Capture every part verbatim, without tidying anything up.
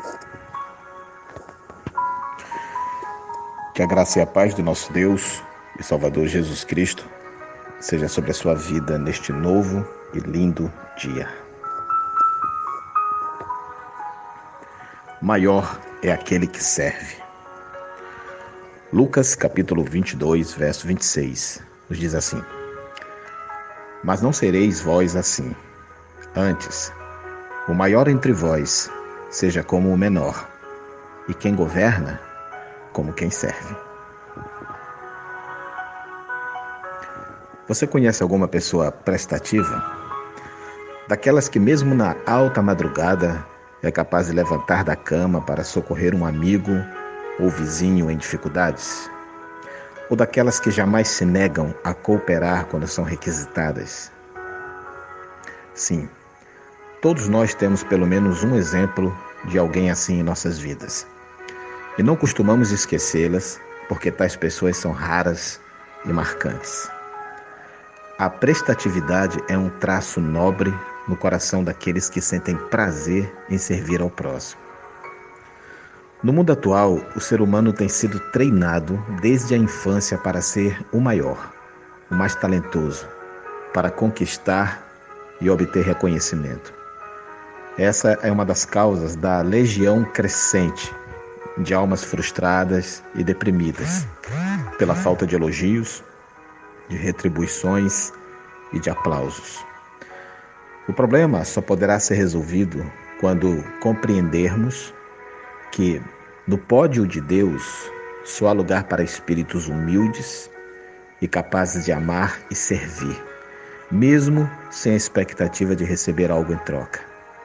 Que a graça e a paz do nosso Deus e Salvador Jesus Cristo seja sobre a sua vida neste novo e lindo dia. Maior é aquele que serve. Lucas capítulo vinte e dois, verso vinte e seis, nos diz assim: Mas não sereis vós assim. Antes, o maior entre vós seja como o menor, e quem governa, como quem serve. Você conhece alguma pessoa prestativa? Daquelas que mesmo na alta madrugada é capaz de levantar da cama para socorrer um amigo ou vizinho em dificuldades? Ou daquelas que jamais se negam a cooperar quando são requisitadas? Sim, todos nós temos pelo menos um exemplo de alguém assim em nossas vidas. E não costumamos esquecê-las, porque tais pessoas são raras e marcantes. A prestatividade é um traço nobre no coração daqueles que sentem prazer em servir ao próximo. No mundo atual, o ser humano tem sido treinado desde a infância para ser o maior, o mais talentoso, para conquistar e obter reconhecimento. Essa é uma das causas da legião crescente de almas frustradas e deprimidas pela falta de elogios, de retribuições e de aplausos. O problema só poderá ser resolvido quando compreendermos que no pódio de Deus só há lugar para espíritos humildes e capazes de amar e servir, mesmo sem a expectativa de receber algo em troca.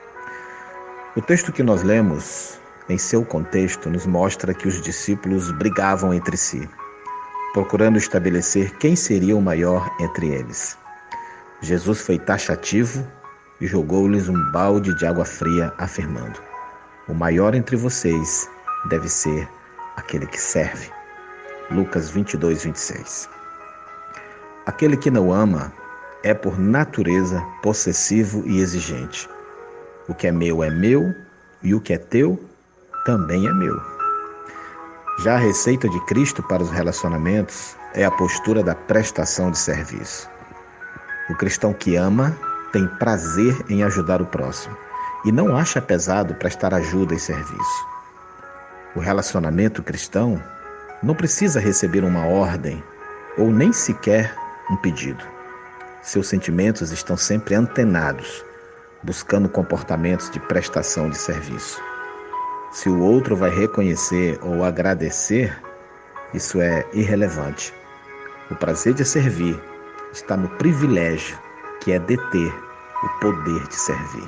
O texto que nós lemos, em seu contexto, nos mostra que os discípulos brigavam entre si, procurando estabelecer quem seria o maior entre eles. Jesus foi taxativo e jogou-lhes um balde de água fria, afirmando: o maior entre vocês deve ser aquele que serve. Lucas vinte e dois, vinte e seis. Aquele que não ama é por natureza possessivo e exigente. O que é meu é meu e o que é teu também é meu. Já a receita de Cristo para os relacionamentos é a postura da prestação de serviço. O cristão que ama tem prazer em ajudar o próximo e não acha pesado prestar ajuda e serviço. O relacionamento cristão não precisa receber uma ordem ou nem sequer um pedido. Seus sentimentos estão sempre antenados, buscando comportamentos de prestação de serviço. Se o outro vai reconhecer ou agradecer, isso é irrelevante. O prazer de servir está no privilégio que é deter o poder de servir.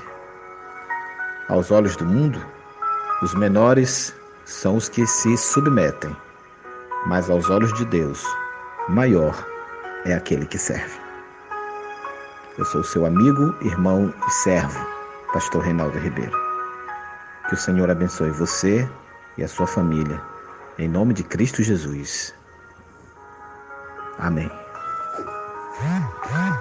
Aos olhos do mundo, os menores são os que se submetem, mas aos olhos de Deus, maior é aquele que serve. Eu sou seu amigo, irmão e servo, Pastor Reinaldo Ribeiro. Que o Senhor abençoe você e a sua família, em nome de Cristo Jesus. Amém.